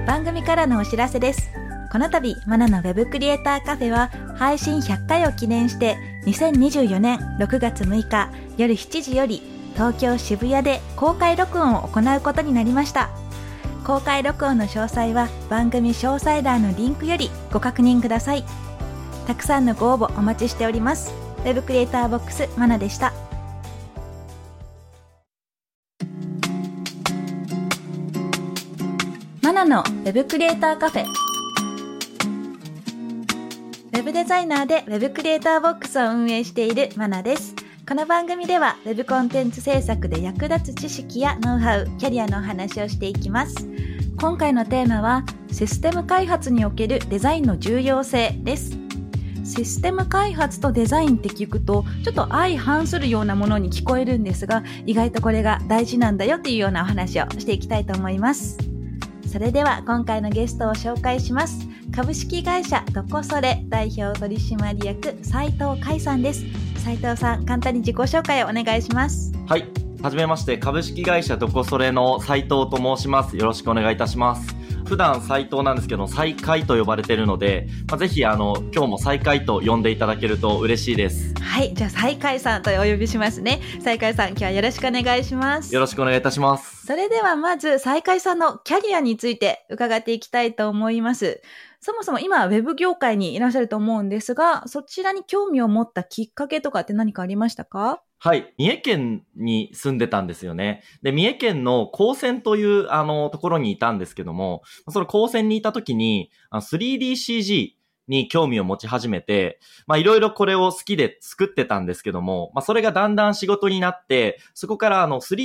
番組からのお知らせです。この度マナのウェブクリエイターカフェは配信100回を記念して2024年6月6日夜7時より東京渋谷で公開録音を行うことになりました。公開録音の詳細は番組詳細欄のリンクよりご確認ください。たくさんのご応募お待ちしております。ウェブクリエイターボックスマナでした。マナのウェブクリエイターカフェ。ウェブデザイナーでウェブクリエイターボックスを運営しているマナです。この番組ではウェブコンテンツ制作で役立つ知識やノウハウ、キャリアのお話をしていきます。今回のテーマはシステム開発におけるデザインの重要性です。システム開発とデザインって聞くとちょっと相反するようなものに聞こえるんですが、意外とこれが大事なんだよっていうようなお話をしていきたいと思います。それでは今回のゲストを紹介します。株式会社ドコソレ代表取締役斉藤海さんです。斉藤さん、簡単に自己紹介をお願いします。 はい、はじめまして。株式会社ドコソレの斉藤と申します。よろしくお願いいたします。普段斉藤なんですけど、斉海と呼ばれているので、ぜひ今日も斉海と呼んでいただけると嬉しいです。 はい、じゃあ斉海さんとお呼びしますね。斉海さん、今日はよろしくお願いします。 よろしくお願いいたします。 それではまず斉海さんのキャリアについて伺っていきたいと思います。そもそも今ウェブ業界にいらっしゃると思うんですが、そちらに興味を持ったきっかけとかって何かありましたか？ はい。三重県に住んでたんですよね。で、三重県の高専というところにいたんですけども、その高専にいた時に3DCG に興味を持ち始めて、いろいろこれを好きで作ってたんですけども、それがだんだん仕事になって、そこから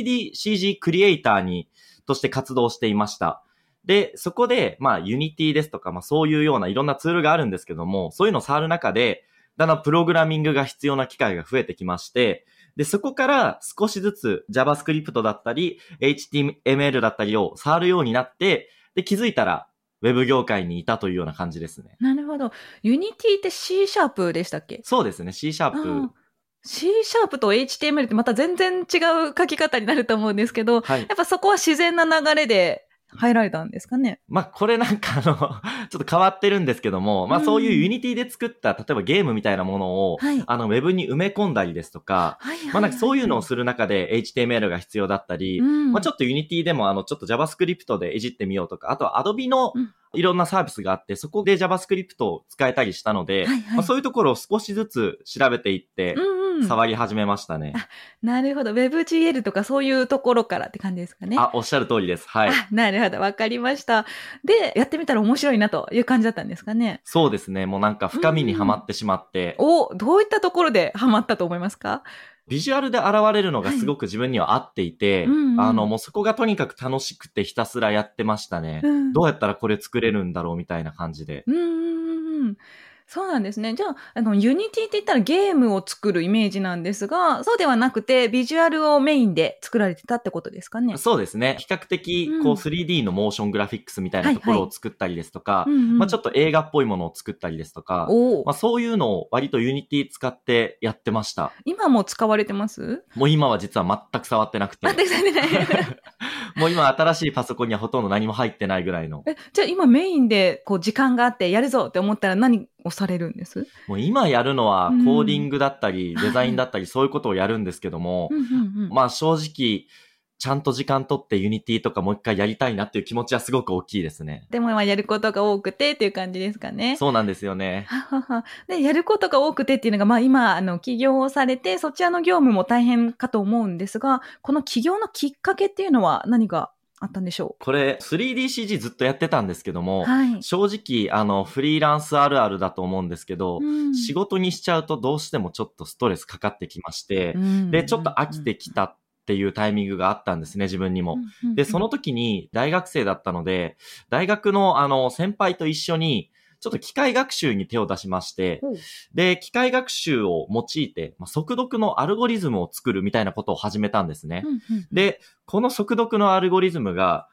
3DCG クリエイターとして活動していました。で、そこで、ユニティですとか、そういうようないろんなツールがあるんですけども、そういうのを触る中で、だんだんプログラミングが必要な機会が増えてきまして、で、そこから少しずつ JavaScript だったり、HTML だったりを触るようになって、で、気づいたら、ウェブ業界にいたというような感じですね。 なるほど。ユニティって C シャープでしたっけ？ そうですね、C シャープ。 C シャープと HTML ってまた全然違う書き方になると思うんですけど、はい、やっぱそこは自然な流れで入られたんですかね？これなんかちょっと変わってるんですけども、そういうユニティで作った、例えばゲームみたいなものを、はい、ウェブに埋め込んだりですとか、なんかそういうのをする中で HTML が必要だったり、ちょっとユニティでもちょっと JavaScript でいじってみようとか、あとは Adobe のいろんなサービスがあって、そこで JavaScript を使えたりしたので、そういうところを少しずつ調べていって、触り始めましたね。 なるほど。WebGL とかそういうところからって感じですかね。 おっしゃる通りです。はい。 なるほど。わかりました。で、やってみたら面白いなという感じだったんですかね。 そうですね。もうなんか深みにはまってしまって。 どういったところではまったと思いますか？ ビジュアルで現れるのがすごく自分には合っていて、もうそこがとにかく楽しくてひたすらやってましたね。どうやったらこれ作れるんだろうみたいな感じで。 そうなんですね。じゃあ、ユニティって言ったらゲームを作るイメージなんですが、そうではなくてビジュアルをメインで作られてたってことですかね？ そうですね。比較的、3D のモーショングラフィックスみたいなところを作ったりですとか、ちょっと映画っぽいものを作ったりですとか、そういうのを割とユニティ使ってやってました。 今も使われてます？ もう今は実は全く触ってなくて。 全く触ってない。 もう今新しいパソコンにはほとんど何も入ってないぐらいの。 じゃあ今メインで時間があってやるぞって思ったら何をされるんです？ もう今やるのはコーディングだったり、デザインだったり、そういうことをやるんですけども、正直、ちゃんと時間取ってユニティとかもう一回やりたいなっていう気持ちはすごく大きいですね。 でもやることが多くてっていう感じですかね。 そうなんですよね。 で、やることが多くてっていうのが、今、起業をされて、そちらの業務も大変かと思うんですが、この起業のきっかけっていうのは何があったんでしょう？ これ 3DCG ずっとやってたんですけども、正直フリーランスあるあるだと思うんですけど、仕事にしちゃうとどうしてもちょっとストレスかかってきまして、でちょっと飽きてきたっていうタイミングがあったんですね、自分にも。でその時に大学生だったので、大学の先輩と一緒にちょっと機械学習に手を出しまして、で、機械学習を用いて、速読のアルゴリズムを作るみたいなことを始めたんですね。で、この速読のアルゴリズムが、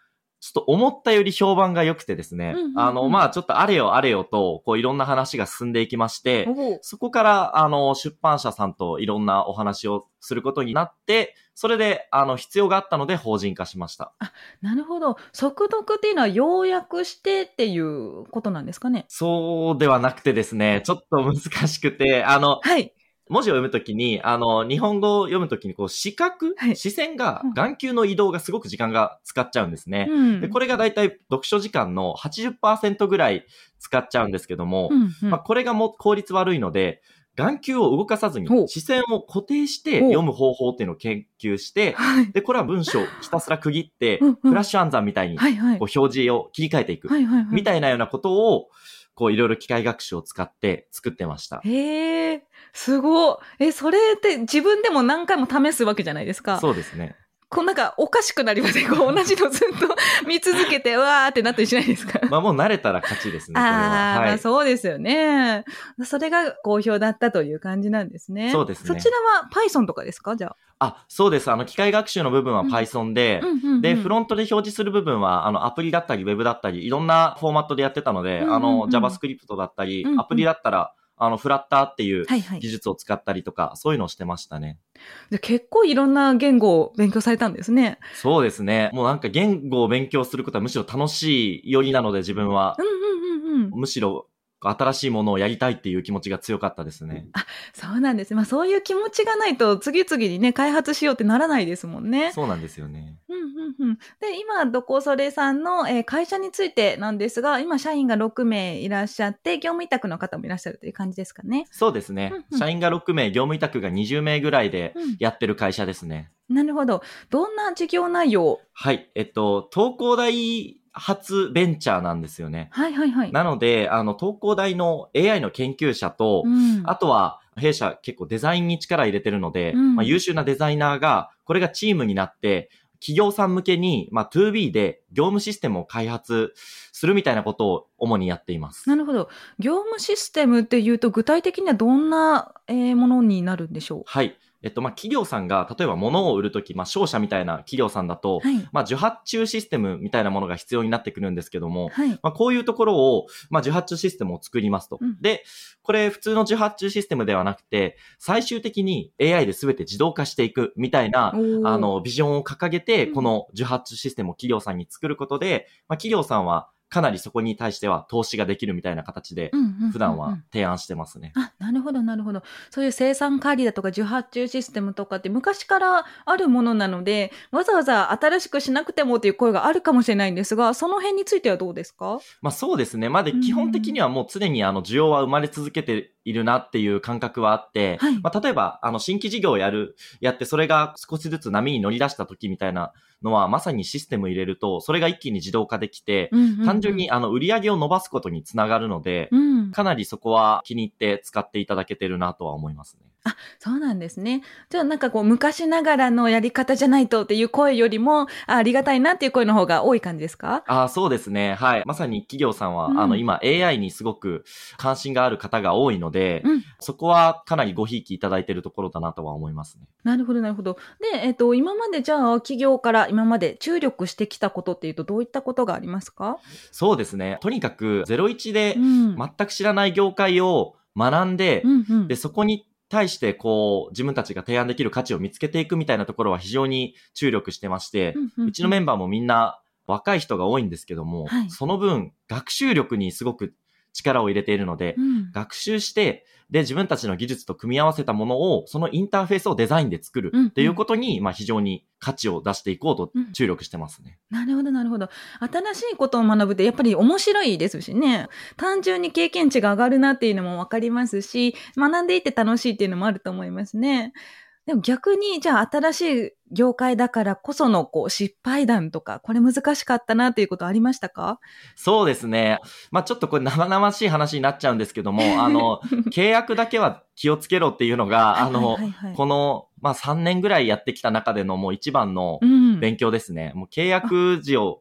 ちょっと思ったより評判が良くてですね、 うんうんうんまあちょっとあれよあれよと、こういろんな話が進んでいきまして、 おそこから、出版社さんといろんなお話をすることになって、それで、必要があったので法人化しました。 なるほど。速読っていうのは要約してっていうことなんですかね。 そうではなくてですね、ちょっと難しくて、 はい。 文字を読むときに、日本語を読むときに、こう、 はい。 視線が、眼球の移動がすごく時間が使っちゃうんですね。 うん。 で、これがだいたい読書時間の 80% ぐらい使っちゃうんですけども、 うんうん。 まあ、これがもう効率悪いので、眼球を動かさずにほう視線を固定してほう読む方法っていうのを研究して、 はい。 で、これは文章をひたすら区切ってうんうん、 フラッシュ暗算みたいに、 はいはい。 こう表示を切り替えていく、 はいはいはい。 みたいなようなことを、こういろいろ機械学習を使って作ってました。 へえ、すごい。それって自分でも何回も試すわけじゃないですか。 そうですね。 こうなんかおかしくなりません？こう同じのずっと見続けて、うわーってなったりしないですか？ まあもう慣れたら勝ちですね、これは。 ああ、 はい。 まあそうですよね。それが好評だったという感じなんですね。 そうですねそちらは Python とかですか？じゃあ。 そうです。機械学習の部分は Python で、 うんうんうんうん、 で、フロントで表示する部分は、アプリだったり、ウェブだったり、いろんなフォーマットでやってたので、 うんうんうん、 JavaScript だったり、 うんうん、 アプリだったら、フラッターっていうはいはい、 技術を使ったりとか、そういうのをしてましたね。 で結構いろんな言語を勉強されたんですね。 そうですね。もうなんか言語を勉強することはむしろ楽しいよりなので、自分は。 うんうんうんうん。 むしろ、新しいものをやりたいっていう気持ちが強かったですね。 そうなんです。まあそういう気持ちがないと次々にね、開発しようってならないですもんね。 そうなんですよね。 うんうんうん。で、今、どこそれさんの、会社についてなんですが、今、社員が6名いらっしゃって、業務委託の方もいらっしゃるという感じですかね。 そうですね。 うんうん、 社員が6名、業務委託が20名ぐらいでやってる会社ですね。 なるほど。どんな事業内容？ はい。東工大発ベンチャーなんですよね。 はいはいはい。 なので、東工大の AI の研究者と、あとは、弊社結構デザインに力入れてるので、まあ、優秀なデザイナーが、これがチームになって、企業さん向けに、まあ、2B で業務システムを開発するみたいなことを主にやっています。 なるほど。業務システムっていうと、具体的にはどんな、ものになるんでしょう？ はい。まあ、企業さんが、例えば物を売るとき、まあ、商社みたいな企業さんだと、 はい、 まあ、受発注システムみたいなものが必要になってくるんですけども、 はい、 まあ、こういうところを、まあ、受発注システムを作りますと。で、これ普通の受発注システムではなくて、最終的に AI で全て自動化していくみたいな、ビジョンを掲げて、この受発注システムを企業さんに作ることで、まあ、企業さんは、かなりそこに対しては投資ができるみたいな形で、普段は提案してますね。 なるほど、なるほど。そういう生産管理だとか受発注システムとかって昔からあるものなので、わざわざ新しくしなくてもという声があるかもしれないんですが、その辺についてはどうですか？ まあそうですね。まあで、基本的にはもう常に需要は生まれ続けているなっていう感覚はあって、 はい、 まあ例えば、新規事業をやってそれが少しずつ波に乗り出した時みたいなのは、まさにシステム入れると、それが一気に自動化できて、単純に売り上げを伸ばすことにつながるので、かなりそこは気に入って使っていただけてるなとは思いますね。 そうなんですね。じゃあなんかこう昔ながらのやり方じゃないとっていう声よりも、ありがたいなっていう声の方が多い感じですか？ そうですね。はい。まさに企業さんは、今 AI にすごく関心がある方が多いので、そこはかなりごひいきいただいているところだなとは思いますね。 なるほど、なるほど。で、今までじゃあ企業から今まで注力してきたことっていうとどういったことがありますか？ そうですね。とにかく01で全く知らない業界を学んで、で、そこに対してこう自分たちが提案できる価値を見つけていくみたいなところは非常に注力してまして、うちのメンバーもみんな若い人が多いんですけども、その分学習力にすごく力を入れているので、学習して、で、自分たちの技術と組み合わせたものを、そのインターフェースをデザインで作るっていうことに、まあ非常に価値を出していこうと注力してますね。 なるほど、なるほど。新しいことを学ぶってやっぱり面白いですしね。単純に経験値が上がるなっていうのもわかりますし、学んでいて楽しいっていうのもあると思いますね。でも逆に、じゃあ新しい業界だからこそのこう失敗談とか、これ難しかったなっていうことありましたか？ そうですね。まあちょっとこれ生々しい話になっちゃうんですけども、契約だけは気をつけろっていうのが、この、まあ3年ぐらいやってきた中でのもう一番の勉強ですね。もう契約時を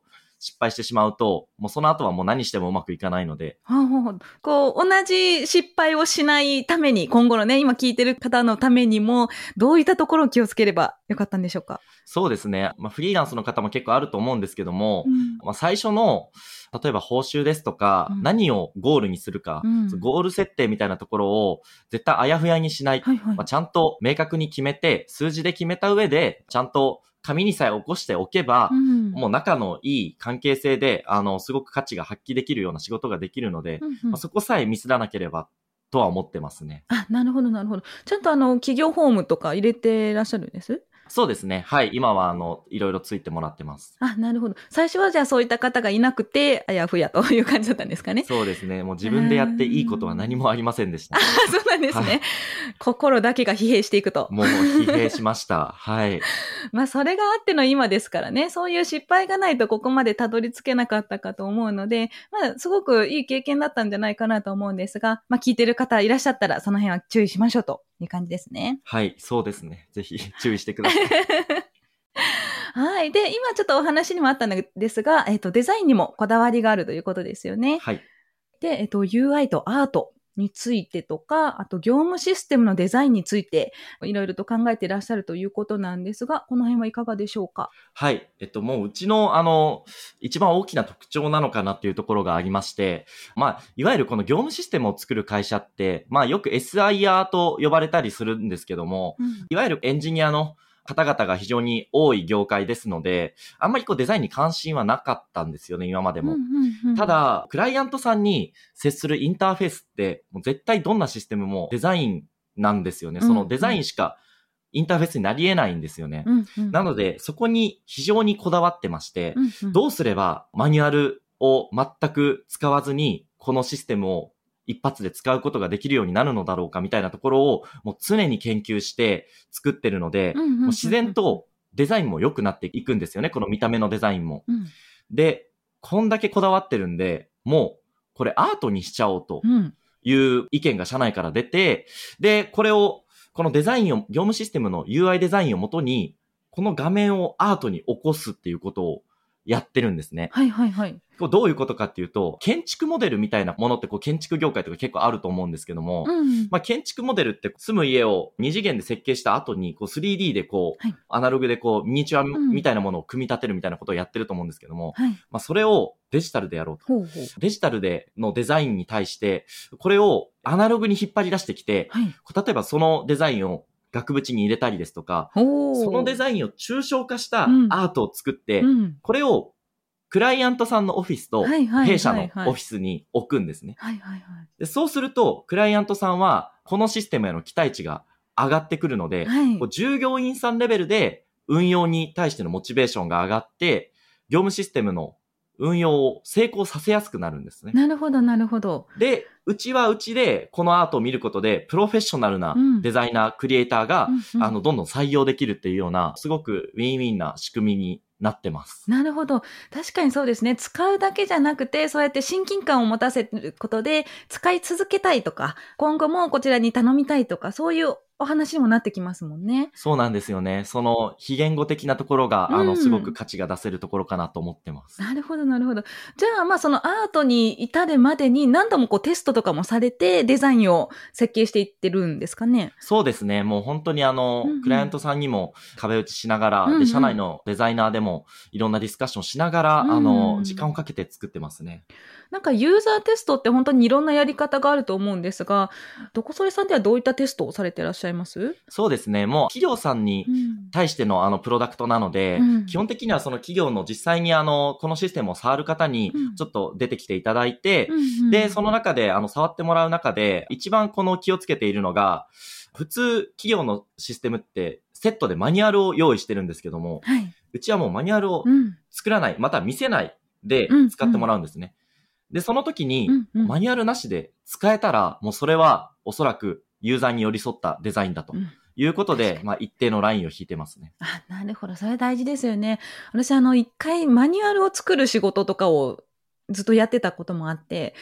失敗してしまうと、もうその後はもう何してもうまくいかないので。 こう、同じ失敗をしないために、今後のね、今聞いてる方のためにも、どういったところを気をつければよかったんでしょうか？ そうですね。フリーランスの方も結構あると思うんですけども、最初の、例えば報酬ですとか、何をゴールにするか、ゴール設定みたいなところを絶対あやふやにしない。ちゃんと明確に決めて、数字で決めた上で、ちゃんと紙にさえ起こしておけば、もう仲のいい関係性で、すごく価値が発揮できるような仕事ができるので、そこさえミスらなければとは思ってますね。 なるほど、なるほど。ちゃんと企業フォームとか入れてらっしゃるんです？ そうですね。はい。今はいろいろついてもらってます。 なるほど。最初はじゃあそういった方がいなくて、あやふやという感じだったんですかね。 そうですね。もう自分でやっていいことは何もありませんでした。 そうなんですね。心だけが疲弊していくと。 もう疲弊しました。はい。 それがあっての今ですからね。そういう失敗がないとここまでたどり着けなかったかと思うので、すごくいい経験だったんじゃないかなと思うんですが、聞いてる方いらっしゃったら、その辺は注意しましょうという感じですね。 はい、そうですね。ぜひ注意してください。 はい。で、今ちょっとお話にもあったんですが、デザインにもこだわりがあるということですよね。 はい。 で、UI とアートについてとか、あと業務システムのデザインについて、いろいろと考えていらっしゃるということなんですが、この辺はいかがでしょうか？ はい。もううちの、一番大きな特徴なのかなっていうところがありまして、いわゆるこの業務システムを作る会社って、よく SIR と呼ばれたりするんですけども、いわゆるエンジニアの方々が非常に多い業界ですので、あんまりデザインに関心はなかったんですよね、今までも。ただ、クライアントさんに接するインターフェースって、もう絶対どんなシステムもデザインなんですよね。そのデザインしかインターフェースになり得ないんですよね。なので、そこに非常にこだわってまして、どうすればマニュアルを全く使わずに、このシステムを一発で使うことができるようになるのだろうかみたいなところをもう常に研究して作ってるので、もう自然とデザインも良くなっていくんですよね。この見た目のデザインも。で、こんだけこだわってるんで、もうこれアートにしちゃおうという意見が社内から出て、で、このデザインを、業務システムの UI デザインをもとに、この画面をアートに起こすっていうことをやってるんですね。どういうことかっていうと、建築モデルみたいなものって建築業界とか結構あると思うんですけども、建築モデルって住む家を2次元で設計した後に3D でアナログでミニチュアみたいなものを組み立てるみたいなことをやってると思うんですけども、それをデジタルでやろうと。デジタルでのデザインに対して、これをアナログに引っ張り出してきて、例えばそのデザインを額縁に入れたりですとか、そのデザインを抽象化したアートを作って、これをクライアントさんのオフィスと弊社のオフィスに置くんですね。で、そうすると、クライアントさんはこのシステムへの期待値が上がってくるので、従業員さんレベルで運用に対してのモチベーションが上がって、業務システムの運用を成功させやすくなるんですね。 なるほど、なるほど。 で、うちはうちでこのアートを見ることで、プロフェッショナルなデザイナー、クリエイターが、どんどん採用できるっていうような、すごくウィンウィンな仕組みになってます。 なるほど。確かにそうですね。使うだけじゃなくて、そうやって親近感を持たせることで、使い続けたいとか、今後もこちらに頼みたいとか、そういうお話にもなってきますもんね。 そうなんですよね。その非言語的なところが、すごく価値が出せるところかなと思ってます。 なるほど、なるほど。じゃあ、そのアートに至るまでに何度もテストとかもされて、デザインを設計していってるんですかね。 そうですね。もう本当にクライアントさんにも壁打ちしながら、で、社内のデザイナーでもいろんなディスカッションしながら、時間をかけて作ってますね。 なんかユーザーテストって本当にいろんなやり方があると思うんですが、どこそれさんではどういったテストをされていらっしゃいます？ そうですね。もう企業さんに対してのプロダクトなので、基本的にはその企業の実際にこのシステムを触る方にちょっと出てきていただいて、で、その中で触ってもらう中で、一番気をつけているのが、普通企業のシステムってセットでマニュアルを用意してるんですけども、うちはもうマニュアルを作らない、また見せないで使ってもらうんですね。で、その時に、マニュアルなしで使えたら、もうそれはおそらくユーザーに寄り添ったデザインだということで、一定のラインを引いてますね。 なるほど。それ大事ですよね。私、一回マニュアルを作る仕事とかをずっとやってたこともあって、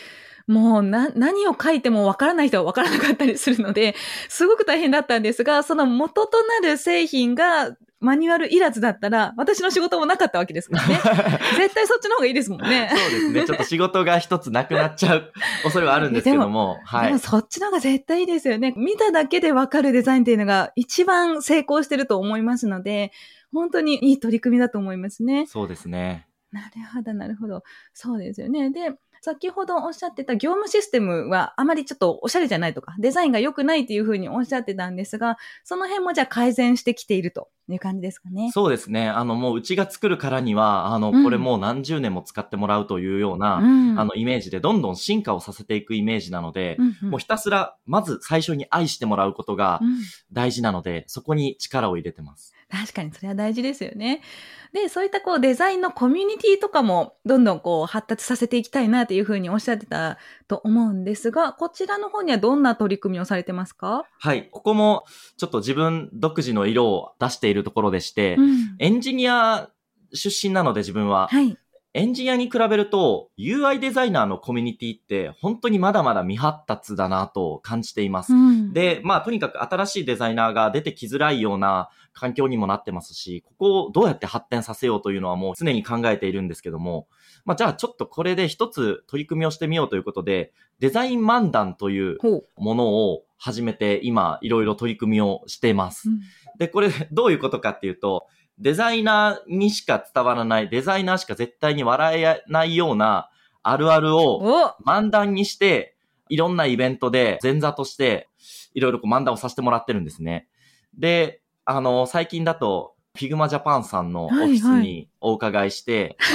もう何を書いてもわからない人はわからなかったりするので、すごく大変だったんですが、その元となる製品がマニュアルいらずだったら、私の仕事もなかったわけですからね。絶対そっちの方がいいですもんね。 そうですね。ちょっと仕事が一つなくなっちゃう恐れはあるんですけども。 でもそっちの方が絶対いいですよね。見ただけでわかるデザインっていうのが一番成功してると思いますので、本当にいい取り組みだと思いますね。 そうですね。 なるほど、なるほど。そうですよね。で、先ほどおっしゃってた業務システムはあまりちょっとおしゃれじゃないとか、デザインが良くないというふうにおっしゃってたんですが、その辺もじゃあ改善してきているという感じですかね。 そうですね。もううちが作るからには、これもう何十年も使ってもらうというような、イメージでどんどん進化をさせていくイメージなので、もうひたすら、まず最初に愛してもらうことが大事なので、そこに力を入れてます。 確かにそれは大事ですよね。で、そういったデザインのコミュニティとかもどんどん発達させていきたいなというふうにおっしゃってたと思うんですが、こちらの方にはどんな取り組みをされてますか？ はい。ここもちょっと自分独自の色を出しているところでして、エンジニア出身なので自分は、エンジニアに比べると UI デザイナーのコミュニティって本当にまだまだ未発達だなと感じています。で、とにかく新しいデザイナーが出てきづらいような環境にもなってますし、ここをどうやって発展させようというのはもう常に考えているんですけども、じゃあちょっとこれで一つ取り組みをしてみようということで、デザイン漫談というものを始めて今いろいろ取り組みをしています。で、これどういうことかっていうと、デザイナーにしか伝わらない、デザイナーしか絶対に笑えないようなあるあるを漫談にして、いろんなイベントで前座としていろいろ漫談をさせてもらってるんですね。で、最近だと Figma Japan さんのオフィスにお伺いして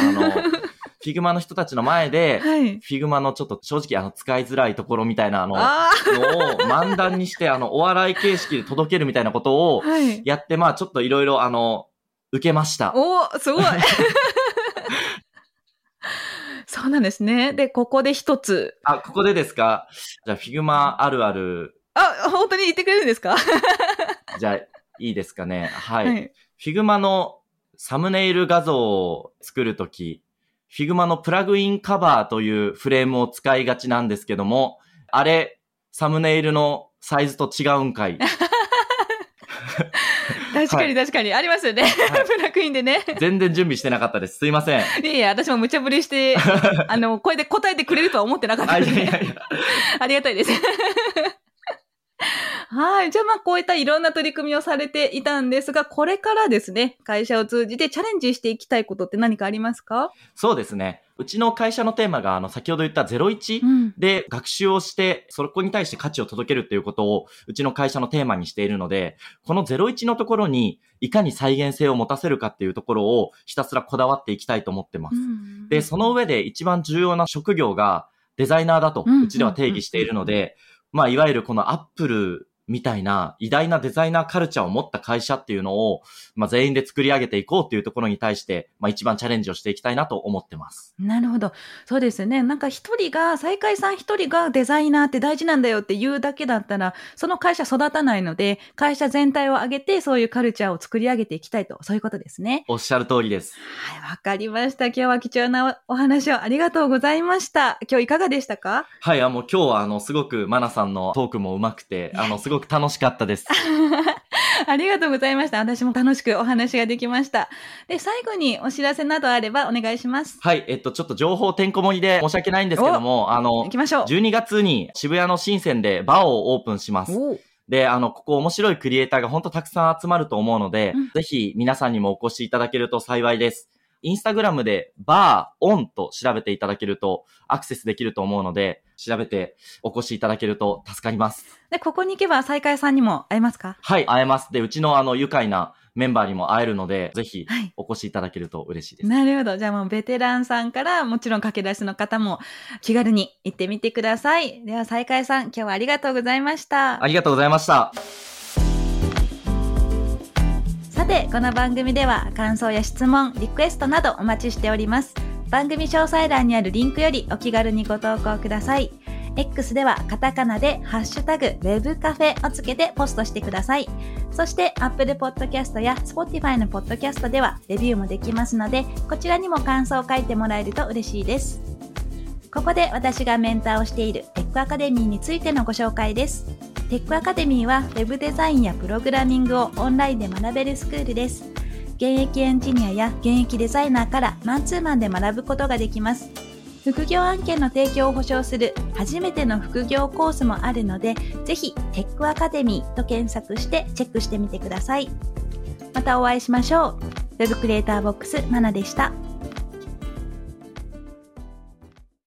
、Figma の人たちの前で、Figma のちょっと正直使いづらいところみたいなのを漫談にしてお笑い形式で届けるみたいなことをやって、ちょっといろいろ受けました。 すごいそうなんですね。で、ここで一つ。 ここでですか？じゃあ、Figma あるある。 本当に言ってくれるんですか？ じゃあ、いいですかね。はい。Figma のサムネイル画像を作るとき、Figma のプラグインカバーというフレームを使いがちなんですけども、あれ、サムネイルのサイズと違うんかい。 確かに確かに、ありますよね。プラグインでね。 全然準備してなかったです。すいません。 いや、私も無茶ぶりして、これで答えてくれるとは思ってなかったので。ありがたいです。はい。じゃあこういったいろんな取り組みをされていたんですが、これからですね、会社を通じてチャレンジしていきたいことって何かありますか？ そうですね。うちの会社のテーマが、先ほど言った01で学習をして、そこに対して価値を届けるっていうことを、うちの会社のテーマにしているので、この01のところに、いかに再現性を持たせるかっていうところを、ひたすらこだわっていきたいと思ってます。で、その上で一番重要な職業が、デザイナーだと、うちでは定義しているので、いわゆるこのアップルみたいな偉大なデザイナーカルチャーを持った会社っていうのを、全員で作り上げていこうっていうところに対して、一番チャレンジをしていきたいなと思ってます。 なるほど。そうですね。最下位さん一人がデザイナーって大事なんだよって言うだけだったら、その会社育たないので、会社全体を挙げてそういうカルチャーを作り上げていきたいと、そういうことですね。 おっしゃる通りです。 はい、わかりました。今日は貴重なお話をありがとうございました。今日いかがでしたか？ はい、もう今日はすごくマナさんのトークも上手くて、すごく楽しかったです。 ありがとうございました。私も楽しくお話ができました。で、最後にお知らせなどあればお願いします。 はい、ちょっと情報てんこ盛りで申し訳ないんですけども、 行きましょう。 12月に渋谷の深センでバーをオープンします。で、ここ面白いクリエイターが本当たくさん集まると思うので、ぜひ皆さんにもお越しいただけると幸いです。インスタグラムでバーオンと調べていただけるとアクセスできると思うので、調べてお越しいただけると助かります。 で、ここに行けば再開さんにも会えますか？ はい、会えます。で、うちの愉快なメンバーにも会えるので、ぜひお越しいただけると嬉しいです。 なるほど。じゃあもうベテランさんからもちろん駆け出しの方も気軽に行ってみてください。では再開さん、今日はありがとうございました。 ありがとうございました。 さて、この番組では感想や質問、リクエストなどお待ちしております。番組詳細欄にあるリンクよりお気軽にご投稿ください。X ではカタカナでハッシュタグ webcafe をつけてポストしてください。そして Apple Podcast や Spotify のポッドキャストではレビューもできますので、こちらにも感想を書いてもらえると嬉しいです。 ここで私がメンターをしているテックアカデミーについてのご紹介です。テックアカデミーは Web デザインやプログラミングをオンラインで学べるスクールです。現役エンジニアや現役デザイナーからマンツーマンで学ぶことができます。副業案件の提供を保証する初めての副業コースもあるので、ぜひテックアカデミーと検索してチェックしてみてください。またお会いしましょう。Web クリエイターボックスマナでした。